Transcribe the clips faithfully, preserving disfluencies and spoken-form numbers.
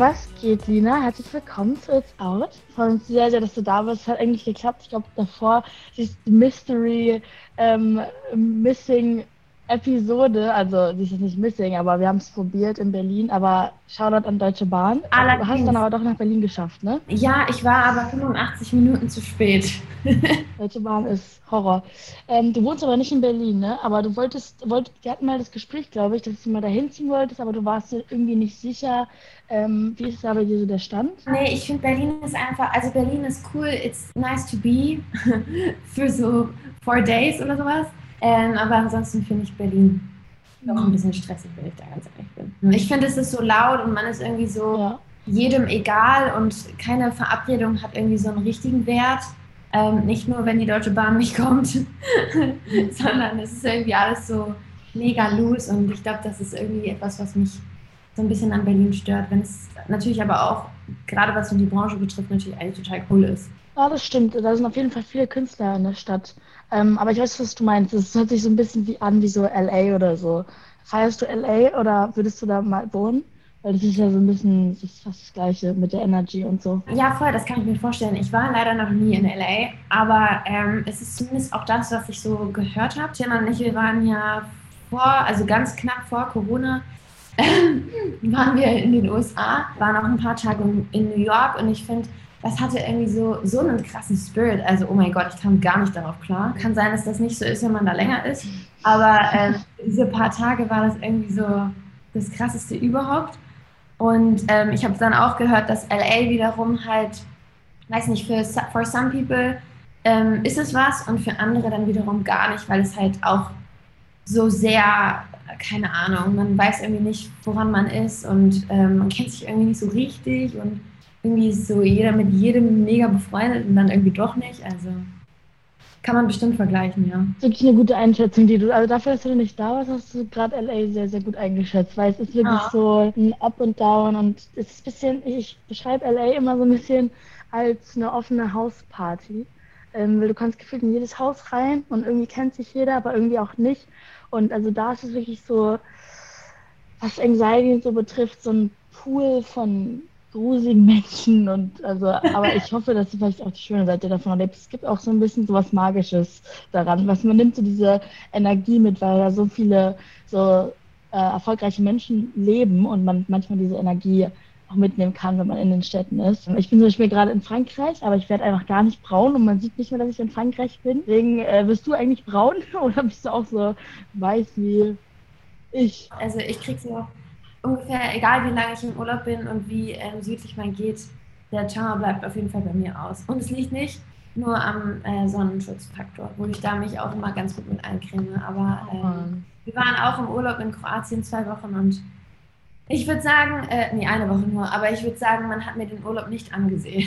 Was geht, Lina? Herzlich willkommen zu It's Out. Ich freue mich sehr, sehr, dass du da bist. Es hat eigentlich geklappt. Ich glaube, davor ist die Mystery ähm, Missing Episode, also die ist jetzt nicht missing, aber wir haben es probiert in Berlin. Aber Shoutout an Deutsche Bahn. Du hast es Allerdings, dann aber doch nach Berlin geschafft, ne? ja, ich war aber fünfundachtzig Minuten zu spät. Deutsche Bahn ist Horror. Ähm, du wohnst aber nicht in Berlin, ne? Aber du wolltest, wolltest, wir hatten mal das Gespräch, glaube ich, dass du mal dahin ziehen wolltest, aber du warst dir irgendwie nicht sicher. Ähm, wie ist da bei dir so der Stand? Nee, ich finde Berlin ist einfach, also Berlin ist cool, it's nice to be für so four days oder sowas. Ähm, aber ansonsten finde ich Berlin doch ein bisschen stressig, wenn ich da ganz ehrlich bin. Ich finde, es ist so laut und man ist irgendwie so Ja. jedem egal und keine Verabredung hat irgendwie so einen richtigen Wert. Ähm, nicht nur, wenn die Deutsche Bahn nicht kommt, sondern es ist irgendwie alles so mega loose und ich glaube, das ist irgendwie etwas, was mich so ein bisschen an Berlin stört, wenn es natürlich aber auch, gerade was so die Branche betrifft, natürlich eigentlich total cool ist. Ja, das stimmt. Da sind auf jeden Fall viele Künstler in der Stadt. Ähm, aber ich weiß, was du meinst. Es hört sich so ein bisschen wie an wie so L A oder so. Feierst du L A oder würdest du da mal wohnen? Weil das ist ja so ein bisschen, das ist fast das Gleiche mit der Energy und so. Ja, voll, das kann ich mir vorstellen. Ich war leider noch nie in L A, aber ähm, es ist zumindest auch das, was ich so gehört habe. Tim und ich, wir waren ja vor, also ganz knapp vor Corona, waren wir in den U S A, waren auch ein paar Tage in New York und ich finde, das hatte irgendwie so, so einen krassen Spirit. Also, oh mein Gott, ich kam gar nicht darauf klar. Kann sein, dass das nicht so ist, wenn man da länger ist, aber ähm, diese paar Tage war das irgendwie so das Krasseste überhaupt. Und ähm, ich habe dann auch gehört, dass L A wiederum halt, weiß nicht, für for some people ähm, ist es was und für andere dann wiederum gar nicht, weil es halt auch so sehr, keine Ahnung, man weiß irgendwie nicht, woran man ist und ähm, man kennt sich irgendwie nicht so richtig und irgendwie ist so jeder mit jedem mega befreundet und dann irgendwie doch nicht. Also kann man bestimmt vergleichen, ja. Das ist wirklich eine gute Einschätzung, die du, also dafür, dass du nicht da warst, hast du gerade L A sehr, sehr gut eingeschätzt, weil es ist wirklich Ja. so ein Up und Down und es ist ein bisschen, ich beschreibe L A immer so ein bisschen als eine offene Hausparty. Ähm, weil du kannst gefühlt in jedes Haus rein und irgendwie kennt sich jeder, aber irgendwie auch nicht. Und also da ist es wirklich so, was Anxiety und so betrifft, so ein Pool von gruseligen Menschen und also, aber ich hoffe, dass du vielleicht auch die schöne Seite davon erlebst. Es gibt auch so ein bisschen so was Magisches daran, was man nimmt so diese Energie mit, weil da so viele so äh, erfolgreiche Menschen leben und man manchmal diese Energie auch mitnehmen kann, wenn man in den Städten ist. Ich bin zum Beispiel gerade in Frankreich, aber ich werde einfach gar nicht braun und man sieht nicht mehr, dass ich in Frankreich bin. Deswegen, äh, bist du eigentlich braun oder bist du auch so weiß wie ich? Also ich kriege so ungefähr, egal wie lange ich im Urlaub bin und wie ähm, südlich man geht, der Teint bleibt auf jeden Fall bei mir aus. Und es liegt nicht nur am äh, Sonnenschutzfaktor, wo ich da mich auch immer ganz gut mit eincreme. Aber ähm, wir waren auch im Urlaub in Kroatien zwei Wochen und ich würde sagen, äh, nee, eine Woche nur, aber ich würde sagen, man hat mir den Urlaub nicht angesehen.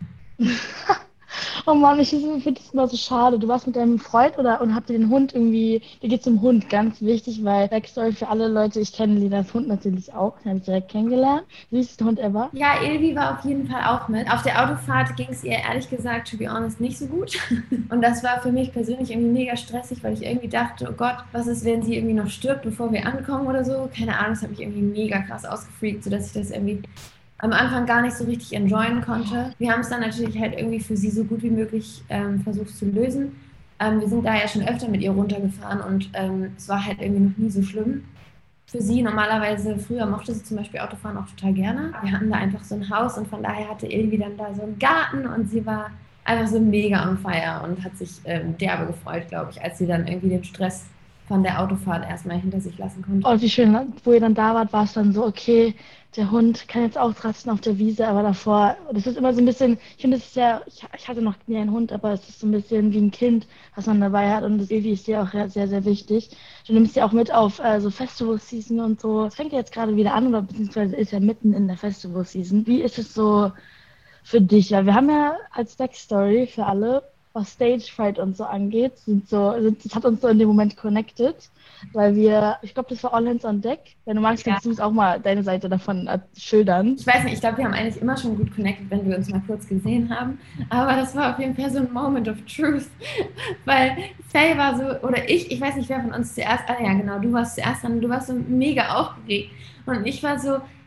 Oh Mann, ich finde das immer so schade. Du warst mit deinem Freund oder und habt ihr den Hund irgendwie, dir geht's um Hund, ganz wichtig, weil Backstory für alle Leute, ich kenne Linas Hund natürlich auch, den habe ich direkt kennengelernt. Süßester Hund ever. Ja, Ilvi war auf jeden Fall auch mit. Auf der Autofahrt ging es ihr ehrlich gesagt, to be honest, nicht so gut. Und das war für mich persönlich irgendwie mega stressig, weil ich irgendwie dachte, oh Gott, was ist, wenn sie irgendwie noch stirbt, bevor wir ankommen oder so? Keine Ahnung, das hat mich irgendwie mega krass ausgefreakt, sodass ich das irgendwie am Anfang gar nicht so richtig enjoyen konnte. Wir haben es dann natürlich halt irgendwie für sie so gut wie möglich ähm, versucht zu lösen. Ähm, wir sind da ja schon öfter mit ihr runtergefahren und ähm, es war halt irgendwie noch nie so schlimm für sie. Normalerweise, früher mochte sie zum Beispiel Autofahren auch total gerne. Wir hatten da einfach so ein Haus und von daher hatte Ilvi dann da so einen Garten und sie war einfach so mega on fire und hat sich ähm, derbe gefreut, glaube ich, als sie dann irgendwie den Stress von der Autofahrt erstmal hinter sich lassen konnte. Oh, wie schön, wo ihr dann da wart, war es dann so, okay, der Hund kann jetzt auch rasten auf der Wiese, aber davor, das ist immer so ein bisschen, ich finde, es ist ja, ich, ich hatte noch nie einen Hund, aber es ist so ein bisschen wie ein Kind, was man dabei hat und das Evi ist dir auch sehr, sehr wichtig. Du nimmst ja auch mit auf äh, so Festival-Season und so. Es fängt ja jetzt gerade wieder an oder beziehungsweise ist ja mitten in der Festival-Season. Wie ist es so für dich? Weil wir haben ja als Backstory für alle, was Stage Fright und so angeht, sind so, sind, das hat uns so in dem Moment connected, weil wir, ich glaube, das war All Hands on Deck. Wenn du magst, Ja. kannst du es auch mal deine Seite davon äh, schildern. Ich weiß nicht, ich glaube, wir haben eigentlich immer schon gut connected, wenn wir uns mal kurz gesehen haben. Aber das war auf jeden Fall so ein Moment of Truth. Weil Faye war so, oder ich, ich weiß nicht, wer von uns zuerst, ah ja, genau, du warst zuerst dran, du warst so mega aufgeregt. Und ich war so,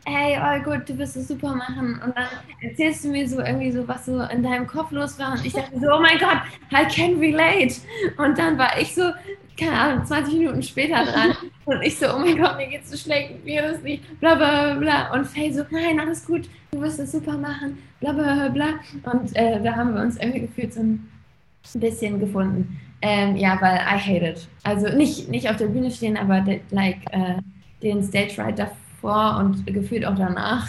hey, oh gut, du wirst es super machen. Und dann erzählst du mir so irgendwie so, was so in deinem Kopf los war. Und ich dachte so, oh mein Gott, I can relate. Und dann war ich so, keine Ahnung, zwanzig Minuten später dran. Und ich so, oh mein Gott, mir geht's so schlecht, mir das nicht, bla bla bla. Und Faye so, nein, alles gut, du wirst es super machen, bla bla bla. Und äh, da haben wir uns irgendwie gefühlt so ein bisschen gefunden. Ähm, ja, weil I hate it. Also nicht, nicht auf der Bühne stehen, aber de, like äh, den Stage Right davor und gefühlt auch danach.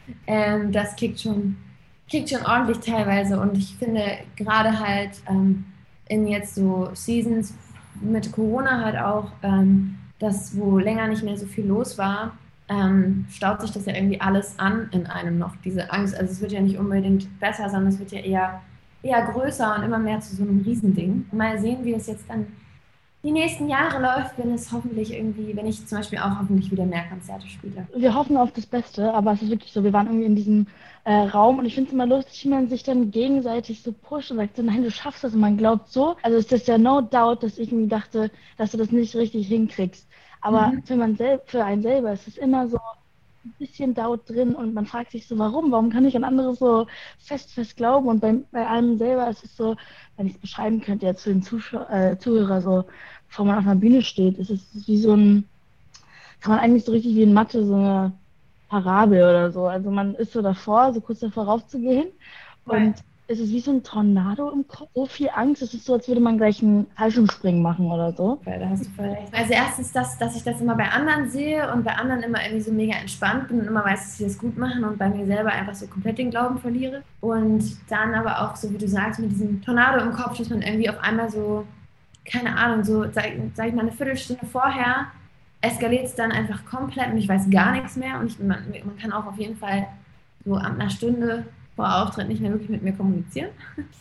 Ähm, das kickt schon, kickt schon ordentlich teilweise. Und ich finde gerade halt ähm, in jetzt so Seasons mit Corona halt auch, ähm, das, wo länger nicht mehr so viel los war, ähm, staut sich das ja irgendwie alles an in einem noch, diese Angst. Also es wird ja nicht unbedingt besser, sondern es wird ja eher eher größer und immer mehr zu so einem Riesending. Mal sehen, wie es jetzt dann die nächsten Jahre läuft, wenn es hoffentlich irgendwie, wenn ich zum Beispiel auch hoffentlich wieder mehr Konzerte spiele. Wir hoffen auf das Beste, aber es ist wirklich so, wir waren irgendwie in diesem äh, Raum und ich finde es immer lustig, wie man sich dann gegenseitig so pusht und sagt so, nein, du schaffst das und man glaubt so. Also es ist ja no doubt, dass ich irgendwie dachte, dass du das nicht richtig hinkriegst. Aber Mhm. für, man sel für einen selber ist es immer so ein bisschen Doubt drin und man fragt sich so, warum? Warum kann ich an anderes so fest, fest glauben? Und bei, bei einem selber ist es so, wenn ich es beschreiben könnte, jetzt für den Zuschau äh, Zuhörer so, bevor man auf einer Bühne steht, ist es wie so ein, kann man eigentlich so richtig wie in Mathe so eine Parabel oder so. Also man ist so davor, so kurz davor raufzugehen Voll. und es ist wie so ein Tornado im Kopf. So viel Angst, es ist so, als würde man gleich einen Fallschirmspringen machen oder so. Voll, da hast du voll recht. Also erstens das, dass ich das immer bei anderen sehe und bei anderen immer irgendwie so mega entspannt bin und immer weiß, dass sie das gut machen und bei mir selber einfach so komplett den Glauben verliere. Und dann aber auch so, wie du sagst, mit diesem Tornado im Kopf, dass man irgendwie auf einmal so, keine Ahnung, so, sag, sag ich mal, eine Viertelstunde vorher eskaliert es dann einfach komplett und ich weiß gar nichts mehr und ich, man, man kann auch auf jeden Fall so ab einer Stunde vor Auftritt nicht mehr wirklich mit mir kommunizieren.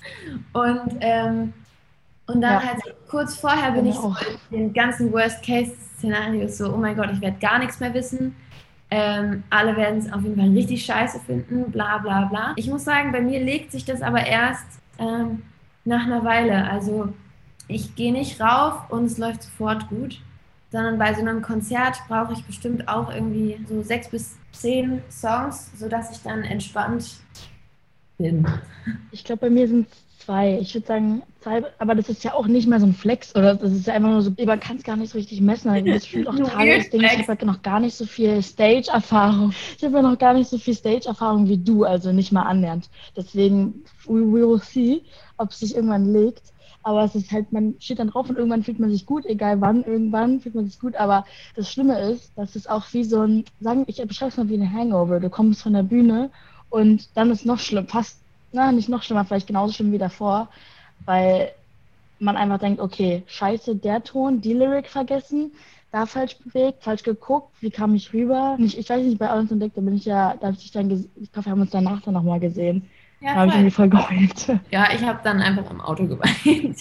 Und, ähm, und dann Ja. halt so kurz vorher bin Bei mir ich so auch. in den ganzen Worst-Case-Szenarios so, oh mein Gott, ich werde gar nichts mehr wissen. Ähm, alle werden es auf jeden Fall richtig scheiße finden, bla bla bla. Ich muss sagen, bei mir legt sich das aber erst ähm, nach einer Weile. Also ich gehe nicht rauf und es läuft sofort gut, sondern bei so einem Konzert brauche ich bestimmt auch irgendwie so sechs bis zehn Songs, sodass ich dann entspannt bin. Ich glaube, bei mir sind es zwei. Ich würde sagen zwei, aber das ist ja auch nicht mal so ein Flex oder das ist ja einfach nur so, man kann es gar nicht so richtig messen. Da gibt es bestimmt auch Nur Tage, Weird ich denke, ich Flex. habe ja noch gar nicht so viel Stage-Erfahrung. Ich habe ja noch gar nicht so viel Stage-Erfahrung wie du, also nicht mal annähernd. Deswegen, we will see, ob es sich irgendwann legt. Aber es ist halt, man steht dann drauf und irgendwann fühlt man sich gut, egal wann, irgendwann fühlt man sich gut. Aber das Schlimme ist, dass es auch wie so ein, sagen, ich beschreibe es mal wie eine Hangover. Du kommst von der Bühne und dann ist noch schlimm, fast, na, nicht noch schlimmer, vielleicht genauso schlimm wie davor, weil man einfach denkt, okay, scheiße, der Ton, die Lyric vergessen, da falsch bewegt, falsch geguckt, wie kam ich rüber? Ich, ich weiß nicht, bei uns entdeckt, da bin ich ja, da habe ich dich dann, ges- ich glaube, wir haben uns danach dann nochmal gesehen. Da Ja, habe ich voll. irgendwie voll geheult. Ja, ich habe dann einfach im Auto geweint.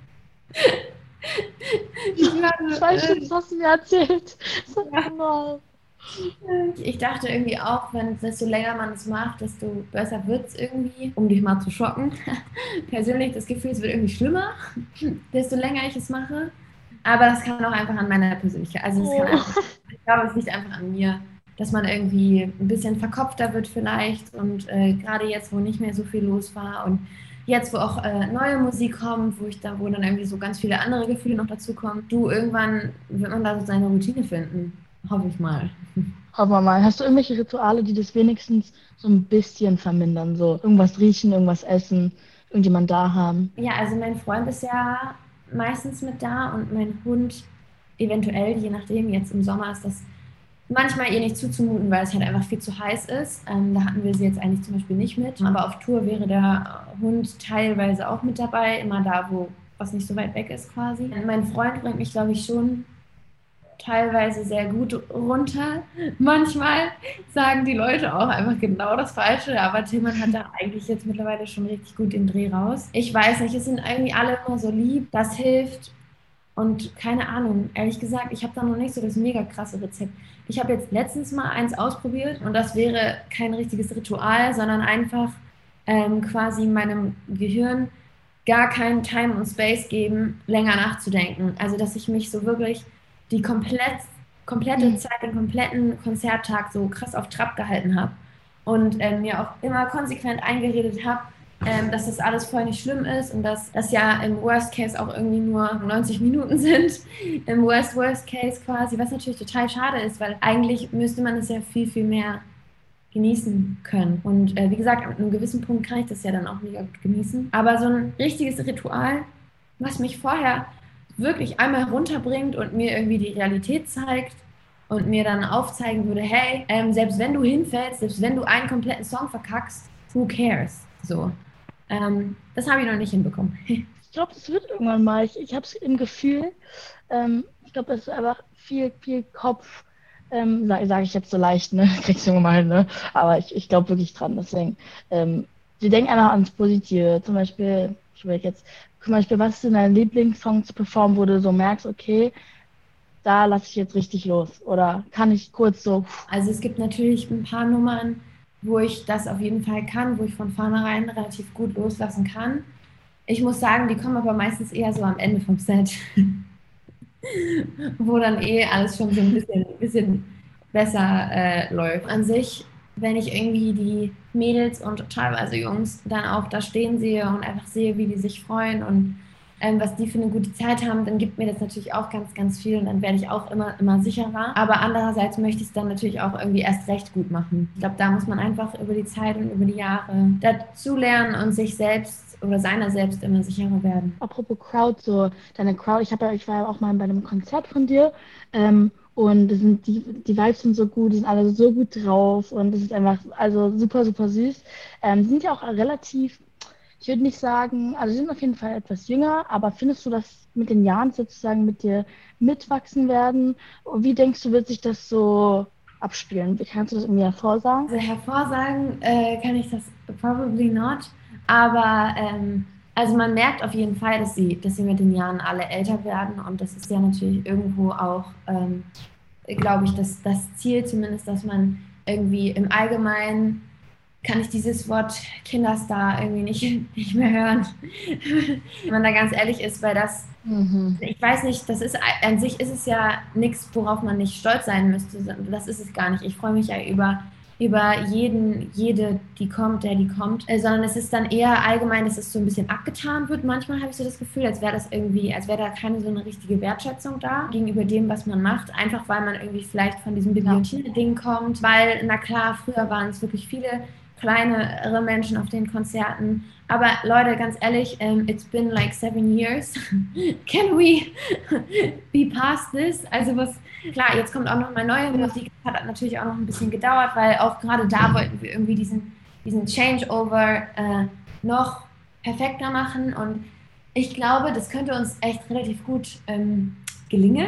Ich, war Ich so, weiß äh, schon, das hast du mir erzählt. So, ja. nein. Ich dachte irgendwie auch, wenn desto länger man es macht, desto besser wird es irgendwie, um dich mal zu schocken. Persönlich das Gefühl, es wird irgendwie schlimmer, desto länger ich es mache. Aber das kann auch einfach an meiner Persönlichkeit. Also es kann Oh. einfach, ich glaube, es liegt einfach an mir, dass man irgendwie ein bisschen verkopfter wird vielleicht. Und äh, gerade jetzt, wo nicht mehr so viel los war und jetzt, wo auch äh, neue Musik kommt, wo ich da, wo dann irgendwie so ganz viele andere Gefühle noch dazu kommen, du, irgendwann wird man da so seine Routine finden. Hoffe ich mal. Hoffen wir mal. Hast du irgendwelche Rituale, die das wenigstens so ein bisschen vermindern? So irgendwas riechen, irgendwas essen, irgendjemand da haben? Ja, also mein Freund ist ja meistens mit da und mein Hund eventuell, je nachdem, jetzt im Sommer ist das manchmal ihr nicht zuzumuten, weil es halt einfach viel zu heiß ist. Ähm, da hatten wir sie jetzt eigentlich zum Beispiel nicht mit. Aber auf Tour wäre der Hund teilweise auch mit dabei, immer da, wo was nicht so weit weg ist quasi. Mein Freund bringt mich, glaube ich, schon teilweise sehr gut runter. Manchmal sagen die Leute auch einfach genau das Falsche, aber Tillmann hat da eigentlich jetzt mittlerweile schon richtig gut den Dreh raus. Ich weiß nicht, es sind irgendwie alle immer so lieb, das hilft und keine Ahnung, ehrlich gesagt, ich habe da noch nicht so das mega krasse Rezept. Ich habe jetzt letztens mal eins ausprobiert und das wäre kein richtiges Ritual, sondern einfach ähm, quasi meinem Gehirn gar keinen Time und Space geben, länger nachzudenken. Also, dass ich mich so wirklich die komplett komplette Mhm. Zeit, den kompletten Konzerttag so krass auf Trab gehalten habe und ähm, mir auch immer konsequent eingeredet habe, ähm, dass das alles voll nicht schlimm ist und dass das ja im Worst Case auch irgendwie nur neunzig Minuten sind, im Worst Worst Case quasi, was natürlich total schade ist, weil eigentlich müsste man es ja viel, viel mehr genießen können. Und äh, wie gesagt, an einem gewissen Punkt kann ich das ja dann auch mega gut genießen. Aber so ein richtiges Ritual, was mich vorher wirklich einmal runterbringt und mir irgendwie die Realität zeigt und mir dann aufzeigen würde, hey, ähm, selbst wenn du hinfällst, selbst wenn du einen kompletten Song verkackst, who cares? So. Ähm, das habe ich noch nicht hinbekommen. Ich glaube, das wird irgendwann mal. Ich, ich habe es im Gefühl. Ähm, ich glaube, das ist einfach viel, viel Kopf. Ähm, sage sag ich jetzt so leicht, ne? Kriegst du irgendwann mal hin, ne? Aber ich, ich glaube wirklich dran. Deswegen, ähm, sie denken einfach ans Positive. Zum Beispiel, ich will jetzt, zum Beispiel, was ist denn dein Lieblingssong zu performen, wo du so merkst, okay, da lasse ich jetzt richtig los. Oder kann ich kurz so. Also es gibt natürlich ein paar Nummern, wo ich das auf jeden Fall kann, wo ich von vornherein relativ gut loslassen kann. Ich muss sagen, die kommen aber meistens eher so am Ende vom Set, wo dann eh alles schon so ein bisschen, bisschen besser äh, läuft. An sich, wenn ich irgendwie die Mädels und teilweise Jungs dann auch da stehen sehe und einfach sehe, wie die sich freuen und ähm, was die für eine gute Zeit haben, dann gibt mir das natürlich auch ganz, ganz viel und dann werde ich auch immer, immer sicherer. Aber andererseits möchte ich es dann natürlich auch irgendwie erst recht gut machen. Ich glaube, da muss man einfach über die Zeit und über die Jahre dazulernen und sich selbst oder seiner selbst immer sicherer werden. Apropos Crowd, so deine Crowd, ich habe ja, ich war ja auch mal bei einem Konzert von dir, ähm, und das sind die, die Vibes sind so gut, die sind alle so gut drauf und es ist einfach also super, super süß. Ähm, die sind ja auch relativ, ich würde nicht sagen, also sie sind auf jeden Fall etwas jünger, aber findest du, dass mit den Jahren sozusagen mit dir mitwachsen werden? Und wie denkst du, wird sich das so abspielen? Wie kannst du das irgendwie hervorsagen? Also hervorsagen äh, kann ich das probably not, aber ähm, also man merkt auf jeden Fall, dass sie, dass sie mit den Jahren alle älter werden und das ist ja natürlich irgendwo auch, ähm, glaube ich, das, das Ziel zumindest, dass man irgendwie im Allgemeinen kann ich dieses Wort Kinderstar irgendwie nicht, nicht mehr hören, wenn man da ganz ehrlich ist, weil das Mhm. ich weiß nicht, das ist an sich ist es ja nichts, worauf man nicht stolz sein müsste. Das ist es gar nicht. Ich freue mich ja über, über jeden, jede, die kommt, der die kommt. Äh, sondern es ist dann eher allgemein, dass es so ein bisschen abgetan wird. Manchmal habe ich so das Gefühl, als wäre das irgendwie, als wäre da keine so eine richtige Wertschätzung da gegenüber dem, was man macht. Einfach weil man irgendwie vielleicht von diesem Ja. Bibliothek-Ding kommt. Weil, na klar, früher waren es wirklich viele kleinere Menschen auf den Konzerten. Aber Leute, ganz ehrlich, um, it's been like seven years. Can we be past this? Also was, klar, jetzt kommt auch noch mal neue Musik. Das hat natürlich auch noch ein bisschen gedauert, weil auch gerade da wollten wir irgendwie diesen, diesen Changeover äh, noch perfekter machen. Und ich glaube, das könnte uns echt relativ gut ähm, gelingen.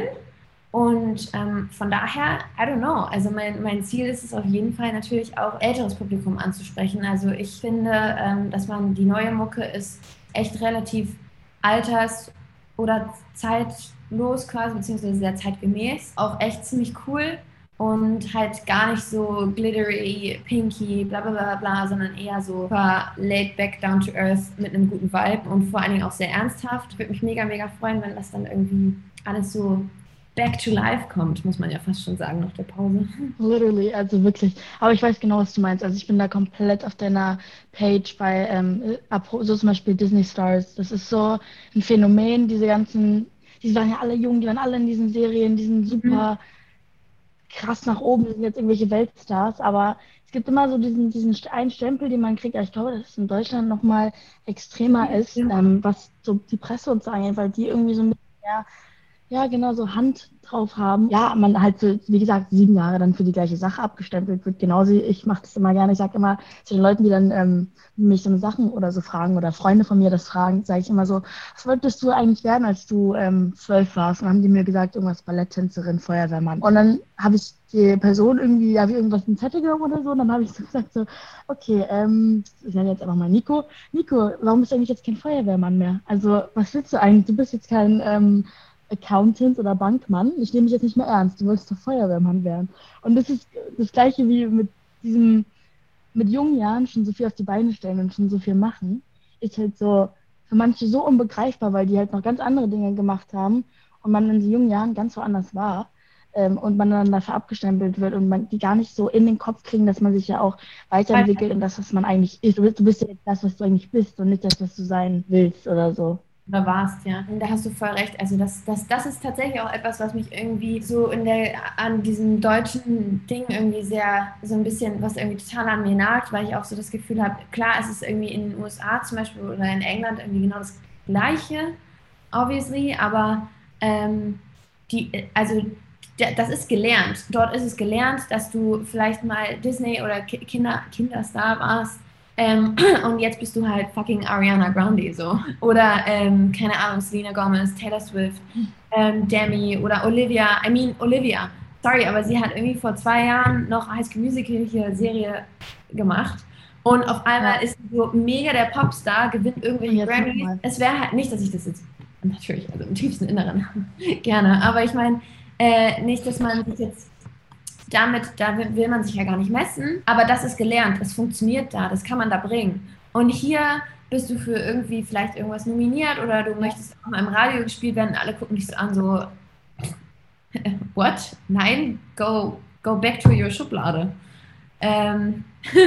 Und ähm, von daher, I don't know, also mein, mein Ziel ist es auf jeden Fall natürlich auch älteres Publikum anzusprechen. Also ich finde, ähm, dass man die neue Mucke ist echt relativ alters- oder zeitlos quasi, beziehungsweise sehr zeitgemäß. Auch echt ziemlich cool und halt gar nicht so glittery, pinky, bla bla bla bla, sondern eher so laid back, down to earth mit einem guten Vibe und vor allen Dingen auch sehr ernsthaft. Ich würde mich mega, mega freuen, wenn das dann irgendwie alles so back to life kommt, muss man ja fast schon sagen, nach der Pause. Literally, also wirklich. Aber ich weiß genau, was du meinst. Also ich bin da komplett auf deiner Page bei, ähm, so zum Beispiel Disney Stars. Das ist so ein Phänomen, diese ganzen, die waren ja alle jung, die waren alle in diesen Serien, die sind Mhm. super krass nach oben, die sind jetzt irgendwelche Weltstars, aber es gibt immer so diesen, diesen einen Stempel, den man kriegt. Aber ich glaube, dass es in Deutschland nochmal extremer ist, Ja. ähm, was so die Presse und so angeht, weil die irgendwie so ein bisschen mehr, ja, genau, so Hand drauf haben. Ja, man halt so, wie gesagt, sieben Jahre dann für die gleiche Sache abgestempelt wird. Genauso, ich mache das immer gerne. Ich sage immer zu den Leuten, die dann ähm, mich so Sachen oder so fragen oder Freunde von mir das fragen, sage ich immer so, was wolltest du eigentlich werden, als du ähm, zwölf warst? Und dann haben die mir gesagt, irgendwas Balletttänzerin, Feuerwehrmann. Und dann habe ich die Person irgendwie, habe ich irgendwas in den Zettel genommen oder so, und dann habe ich so gesagt so, okay, ähm, ich nenne jetzt einfach mal Nico. Nico, warum bist du eigentlich jetzt kein Feuerwehrmann mehr? Also, was willst du eigentlich? Du bist jetzt kein ähm, Accountant oder Bankmann. Ich nehme dich jetzt nicht mehr ernst. Du wolltest doch Feuerwehrmann werden. Und das ist das Gleiche wie mit diesem, mit jungen Jahren schon so viel auf die Beine stellen und schon so viel machen. Ist halt so für manche so unbegreifbar, weil die halt noch ganz andere Dinge gemacht haben und man in so jungen Jahren ganz woanders war. ähm, und man dann dafür abgestempelt wird und man die gar nicht so in den Kopf kriegen, dass man sich ja auch weiterentwickelt in das, was man eigentlich ist. Du bist, du bist ja jetzt das, was du eigentlich bist und nicht das, was du sein willst oder so. Oder warst, ja. Und da hast du voll recht. Also das, das, das ist tatsächlich auch etwas, was mich irgendwie so in der, an diesem deutschen Ding irgendwie sehr, so ein bisschen, was irgendwie total an mir nagt, weil ich auch so das Gefühl habe, klar, es ist irgendwie in den U S A zum Beispiel oder in England irgendwie genau das Gleiche, obviously, aber ähm, die, also das ist gelernt. Dort ist es gelernt, dass du vielleicht mal Disney oder Kinder, Kinderstar warst. Ähm, und jetzt bist du halt fucking Ariana Grande so. Oder, ähm, keine Ahnung, Selena Gomez, Taylor Swift, ähm, Demi oder Olivia. I mean, Olivia. Sorry, aber sie hat irgendwie vor zwei Jahren noch High School Musical hier Serie gemacht. Und auf einmal Ja. ist sie so mega der Popstar, gewinnt irgendwelche Jetzt Grammys. nochmal. Es wäre halt nicht, dass ich das jetzt, natürlich, also im tiefsten Inneren gerne, aber ich meine, äh, nicht, dass man sich jetzt damit, da will man sich ja gar nicht messen, aber das ist gelernt, es funktioniert da, das kann man da bringen. Und hier bist du für irgendwie vielleicht irgendwas nominiert oder du möchtest auch mal im Radio gespielt werden, alle gucken dich so an, so, what? Nein, go, go back to your Schublade. Ähm,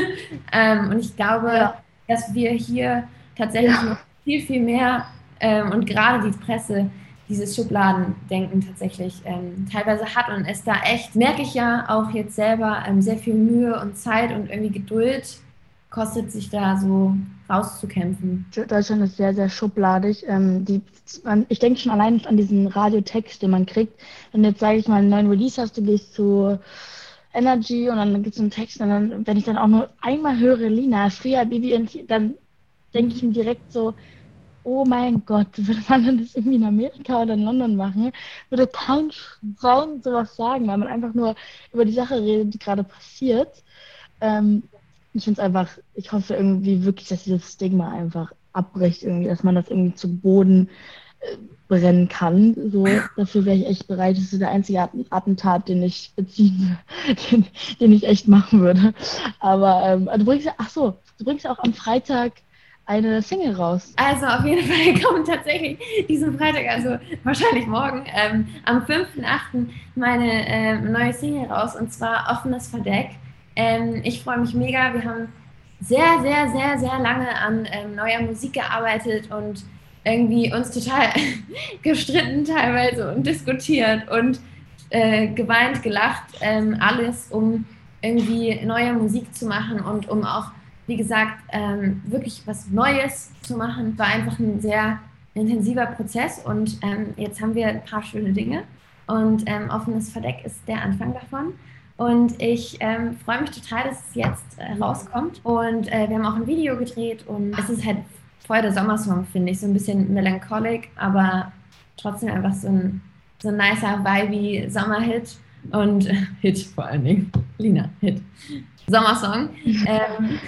ähm, und ich glaube, ja. dass wir hier tatsächlich ja. noch viel, viel mehr ähm, und gerade die Presse dieses Schubladendenken tatsächlich ähm, teilweise hat und es da echt, merke ich ja auch jetzt selber, ähm, sehr viel Mühe und Zeit und irgendwie Geduld kostet, sich da so rauszukämpfen. Deutschland ist sehr, sehr schubladig. Ähm, die, man, ich denke schon allein an diesen Radiotext, den man kriegt. Wenn du jetzt, sage ich mal, einen neuen Release hast, du gehst zu Energy und dann gibt es einen Text und dann, wenn ich dann auch nur einmal höre, Lina, früher Bibi und dann denke ich mir direkt so, oh mein Gott, würde man das irgendwie in Amerika oder in London machen, würde kein Schwein sowas sagen, weil man einfach nur über die Sache redet, die gerade passiert. Ähm, ich finde es einfach, ich hoffe irgendwie wirklich, dass dieses Stigma einfach abbricht, irgendwie, dass man das irgendwie zu Boden äh, brennen kann. So, dafür wäre ich echt bereit. Das ist der einzige Attentat, den ich beziehen, den, den ich echt machen würde. Aber ähm, du bringst ja, ach so, du bringst ja auch am Freitag eine Single raus. Also auf jeden Fall kommt tatsächlich diesen Freitag, also wahrscheinlich morgen, ähm, am fünften achten meine ähm, neue Single raus und zwar Offenes Verdeck. Ähm, ich freue mich mega. Wir haben sehr, sehr, sehr, sehr lange an ähm, neuer Musik gearbeitet und irgendwie uns total gestritten teilweise und diskutiert und äh, geweint, gelacht, ähm, alles, um irgendwie neue Musik zu machen und um auch, wie gesagt, ähm, wirklich was Neues zu machen. War einfach ein sehr intensiver Prozess und ähm, jetzt haben wir ein paar schöne Dinge und ähm, Offenes Verdeck ist der Anfang davon. Und ich ähm, freue mich total, dass es jetzt äh, rauskommt. Und äh, wir haben auch ein Video gedreht und es ist halt voll der Sommersong, finde ich. So ein bisschen melancholic, aber trotzdem einfach so ein, so ein nicer, vibey Sommerhit. Und äh, Hit vor allen Dingen. Lina, Hit. Sommersong. ähm,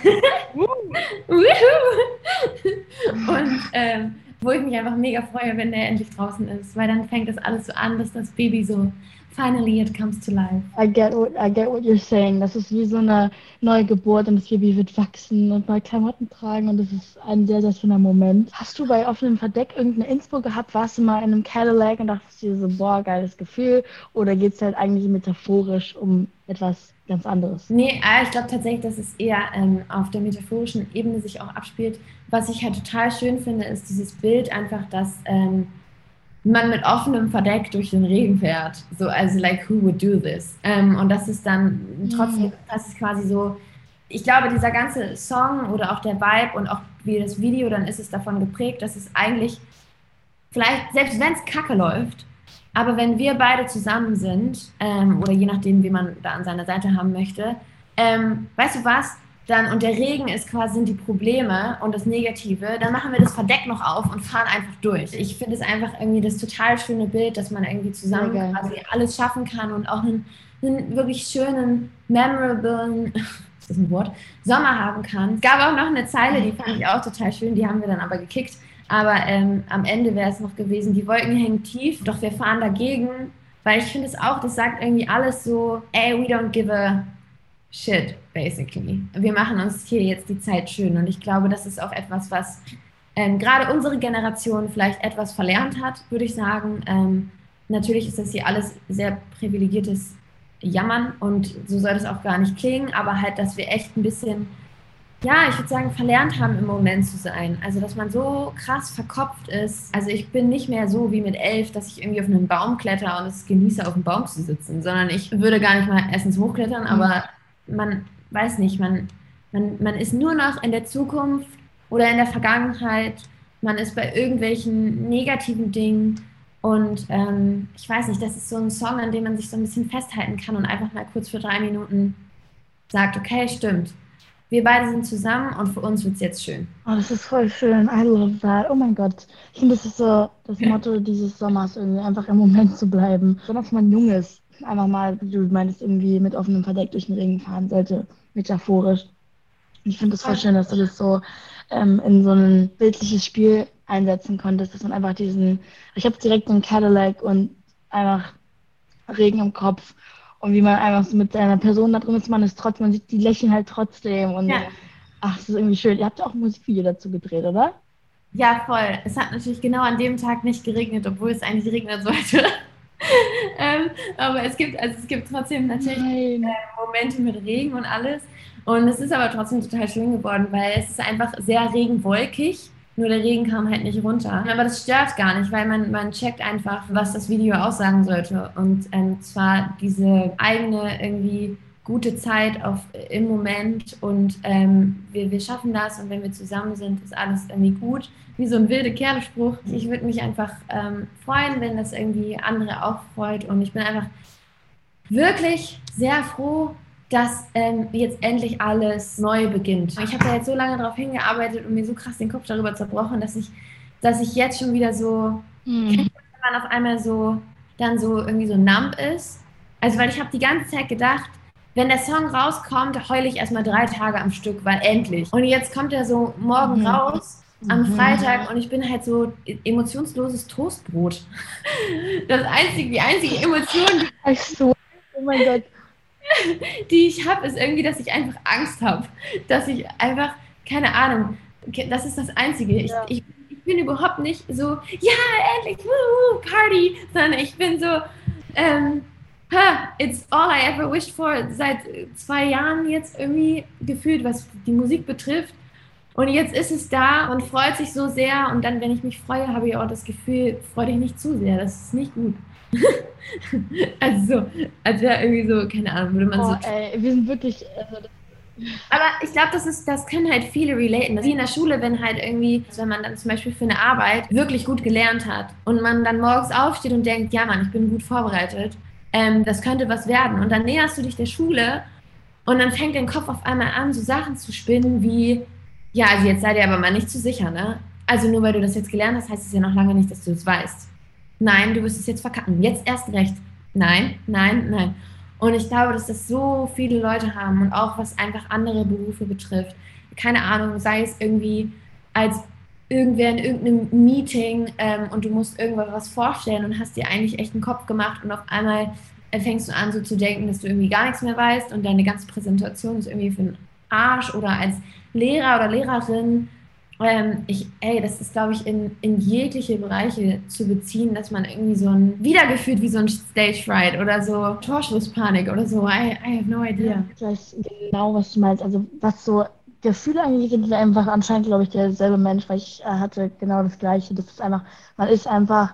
und ähm, wo ich mich einfach mega freue, wenn der endlich draußen ist. Weil dann fängt das alles so an, dass das Baby so finally it comes to life. I get what, I get what you're saying. Das ist wie so eine neue Geburt und das Baby wird wachsen und mal Klamotten tragen und das ist ein sehr, sehr schöner Moment. Hast du bei Offenem Verdeck irgendeine Inspo gehabt? Warst du mal in einem Cadillac und dachtest dir so, boah, geiles Gefühl? Oder geht es halt eigentlich metaphorisch um etwas ganz anderes? Nee, ich glaube tatsächlich, dass es eher ähm, auf der metaphorischen Ebene sich auch abspielt. Was ich halt total schön finde, ist dieses Bild einfach, dass ähm, man mit offenem Verdeck durch den Regen fährt. So, also like, who would do this? Ähm, und das ist dann trotzdem, das ist quasi so, ich glaube, dieser ganze Song oder auch der Vibe und auch wie das Video, dann ist es davon geprägt, dass es eigentlich, vielleicht, selbst wenn es kacke läuft, aber wenn wir beide zusammen sind, ähm, oder je nachdem, wie man da an seiner Seite haben möchte, ähm, weißt du was, dann, und der Regen ist quasi, sind die Probleme und das Negative, dann machen wir das Verdeck noch auf und fahren einfach durch. Ich finde es einfach irgendwie das total schöne Bild, dass man irgendwie zusammen quasi alles schaffen kann und auch einen, einen wirklich schönen, memorablen, ist das ein Wort, Sommer haben kann. Es gab auch noch eine Zeile, die fand ich auch total schön, die haben wir dann aber gekickt. Aber ähm, am Ende wäre es noch gewesen, die Wolken hängen tief, doch wir fahren dagegen, weil ich finde es auch, das sagt irgendwie alles so, ey, we don't give a shit, basically. Wir machen uns hier jetzt die Zeit schön und ich glaube, das ist auch etwas, was ähm, gerade unsere Generation vielleicht etwas verlernt hat, würde ich sagen, ähm, natürlich ist das hier alles sehr privilegiertes Jammern und so soll das auch gar nicht klingen, aber halt, dass wir echt ein bisschen, ja, ich würde sagen, verlernt haben, im Moment zu sein. Also, dass man so krass verkopft ist. Also, ich bin nicht mehr so wie mit elf, dass ich irgendwie auf einen Baum kletter und es genieße, auf dem Baum zu sitzen, sondern ich würde gar nicht mal erstens hochklettern, aber man weiß nicht, man, man, man ist nur noch in der Zukunft oder in der Vergangenheit. Man ist bei irgendwelchen negativen Dingen. Und ähm, ich weiß nicht, das ist so ein Song, an dem man sich so ein bisschen festhalten kann und einfach mal kurz für drei Minuten sagt, okay, stimmt. Wir beide sind zusammen und für uns wird es jetzt schön. Oh, das ist voll schön. I love that. Oh mein Gott. Ich finde, das ist so das Motto dieses Sommers, irgendwie einfach im Moment zu bleiben. Besonders wenn man jung ist. Einfach mal, wie du meinst, irgendwie mit offenem Verdeck durch den Regen fahren sollte. Metaphorisch. Ich finde es voll schön, dass du das so ähm, in so ein bildliches Spiel einsetzen konntest, dass man einfach diesen, ich habe direkt einen Cadillac und einfach Regen im Kopf und wie man einfach so mit seiner Person da drin ist, man ist trotzdem, man sieht, die lächeln halt trotzdem und Ja. ach, das ist irgendwie schön. Ihr habt ja auch ein Musikvideo dazu gedreht, oder? Ja, voll. Es hat natürlich genau an dem Tag nicht geregnet, obwohl es eigentlich regnen sollte. ähm, aber es gibt, also es gibt trotzdem natürlich Nein. äh, Momente mit Regen und alles. Und es ist aber trotzdem total schön geworden, weil es ist einfach sehr regenwolkig. Nur der Regen kam halt nicht runter. Aber das stört gar nicht, weil man, man checkt einfach, was das Video aussagen sollte. Und ähm, zwar diese eigene irgendwie gute Zeit auf, im Moment und ähm, wir, wir schaffen das und wenn wir zusammen sind, ist alles irgendwie gut. Wie so ein wilde Kerlspruch. Ich würde mich einfach ähm, freuen, wenn das irgendwie andere auch freut und ich bin einfach wirklich sehr froh, dass ähm, jetzt endlich alles neu beginnt. Ich habe da jetzt so lange drauf hingearbeitet und mir so krass den Kopf darüber zerbrochen, dass ich, dass ich jetzt schon wieder so, Hm. wenn man auf einmal so, dann so irgendwie so numb ist. Also weil ich habe die ganze Zeit gedacht, wenn der Song rauskommt, heule ich erstmal drei Tage am Stück, weil endlich. Und jetzt kommt er so morgen Mhm. raus, am Mhm. Freitag und ich bin halt so emotionsloses Toastbrot. Das einzige, die einzige Emotion, Ach so. Oh mein Gott. die ich habe, ist irgendwie, dass ich einfach Angst habe. Dass ich einfach, keine Ahnung, das ist das Einzige. Ich, Ja. ich, ich bin überhaupt nicht so, ja, endlich, woo, Party, sondern ich bin so, ähm, ha, it's all I ever wished for, seit zwei Jahren jetzt irgendwie gefühlt, was die Musik betrifft. Und jetzt ist es da und freut sich so sehr. Und dann, wenn ich mich freue, habe ich auch das Gefühl, freu dich nicht zu sehr, das ist nicht gut. Also so, als wäre irgendwie so, keine Ahnung, würde man Oh, so. ey, wir sind wirklich. Also, Aber ich glaube, das ist, das können halt viele relaten. Wie in der Schule, wenn halt irgendwie, wenn man dann zum Beispiel für eine Arbeit wirklich gut gelernt hat und man dann morgens aufsteht und denkt, ja Mann, ich bin gut vorbereitet, ähm, das könnte was werden. Und dann näherst du dich der Schule und dann fängt dein Kopf auf einmal an, so Sachen zu spinnen wie, ja, also jetzt sei dir aber mal nicht zu sicher, ne? Also nur weil du das jetzt gelernt hast, heißt es ja noch lange nicht, dass du es weißt. Nein, du wirst es jetzt verkacken. Jetzt erst recht. Nein, nein, nein. Und ich glaube, dass das so viele Leute haben und auch was einfach andere Berufe betrifft. Keine Ahnung, sei es irgendwie als irgendwer in irgendeinem Meeting ähm, und du musst irgendwas vorstellen und hast dir eigentlich echt einen Kopf gemacht und auf einmal äh, fängst du an so zu denken, dass du irgendwie gar nichts mehr weißt und deine ganze Präsentation ist irgendwie für den Arsch oder als Lehrer oder Lehrerin. Ähm, ich, ey, das ist, glaube ich, in, in jegliche Bereiche zu beziehen, dass man irgendwie so ein, wiedergefühlt wie so ein Stage Fright oder so Torschlusspanik oder so. I, I have no idea. ich weiß genau, was du meinst. Also, was so Gefühle angeht, sind wir einfach anscheinend, glaube ich, derselbe Mensch, weil ich äh, hatte genau das Gleiche. Das ist einfach, man ist einfach,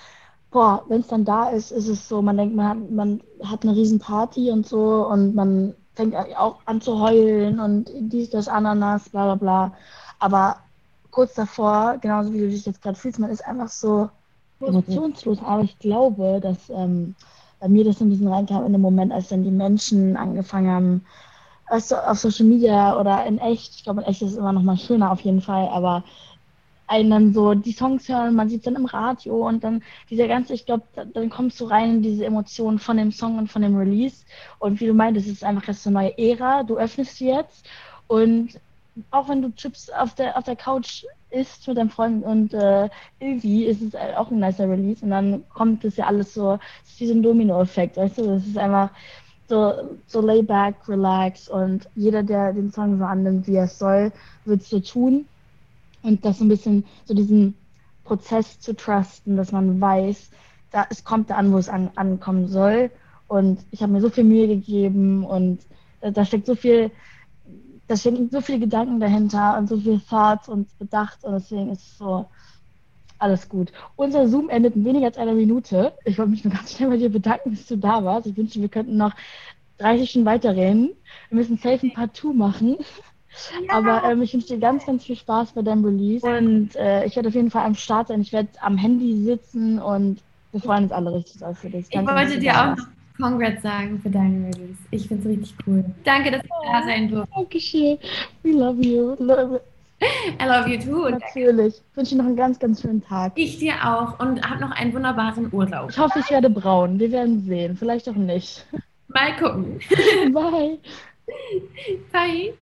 boah, wenn es dann da ist, ist es so, man denkt, man hat, man hat eine riesen Party und so und man fängt auch an zu heulen und dies, das, Ananas, bla bla bla. Aber kurz davor, genauso wie du dich jetzt gerade fühlst, man ist einfach so emotionslos. Aber ich glaube, dass ähm, bei mir das ein bisschen reinkam in dem Moment, als dann die Menschen angefangen haben, weißt du, auf Social Media oder in echt, ich glaube in echt ist es immer noch mal schöner auf jeden Fall, aber einen dann so die Songs hören, man sieht es dann im Radio und dann dieser ganze, ich glaube, dann kommst du rein in diese Emotionen von dem Song und von dem Release und wie du meintest, es ist einfach jetzt eine neue Ära, du öffnest sie jetzt und auch wenn du Chips auf der auf der Couch isst mit deinem Freund und äh, irgendwie ist es auch ein nicer Release und dann kommt das ja alles so, es ist wie so ein Domino-Effekt, weißt du, das ist einfach so, so lay back, relax und jeder, der den Song so annimmt, wie er es soll, wird es so tun und das so ein bisschen, so diesen Prozess zu trusten, dass man weiß, da, es kommt da an, wo es an, ankommen soll. Und ich habe mir so viel Mühe gegeben und da, da steckt so viel, da stecken so viele Gedanken dahinter und so viel Thoughts und Bedacht und deswegen ist es so alles gut. Unser Zoom endet in weniger als einer Minute. Ich wollte mich nur ganz schnell bei dir bedanken, dass du da warst. Ich wünschte, wir könnten noch dreißig Stunden weiterreden. Wir müssen safe ein Part zwei machen. Ja. Aber ähm, ich wünsche dir ganz, ganz viel Spaß bei deinem Release. Und äh, ich werde auf jeden Fall am Start sein. Ich werde am Handy sitzen und wir freuen uns alle richtig aus für dich. Ich wollte dir auch noch Congrats sagen für deinen Release. Ich finde es richtig cool. Danke, dass du oh, da sein durfte. Dankeschön. We love you. Love I love you too. Natürlich. Ich wünsche dir noch einen ganz, ganz schönen Tag. Ich dir auch und hab noch einen wunderbaren Urlaub. Ich hoffe, ich werde braun. Wir werden sehen. Vielleicht auch nicht. Mal gucken. Bye. Bye.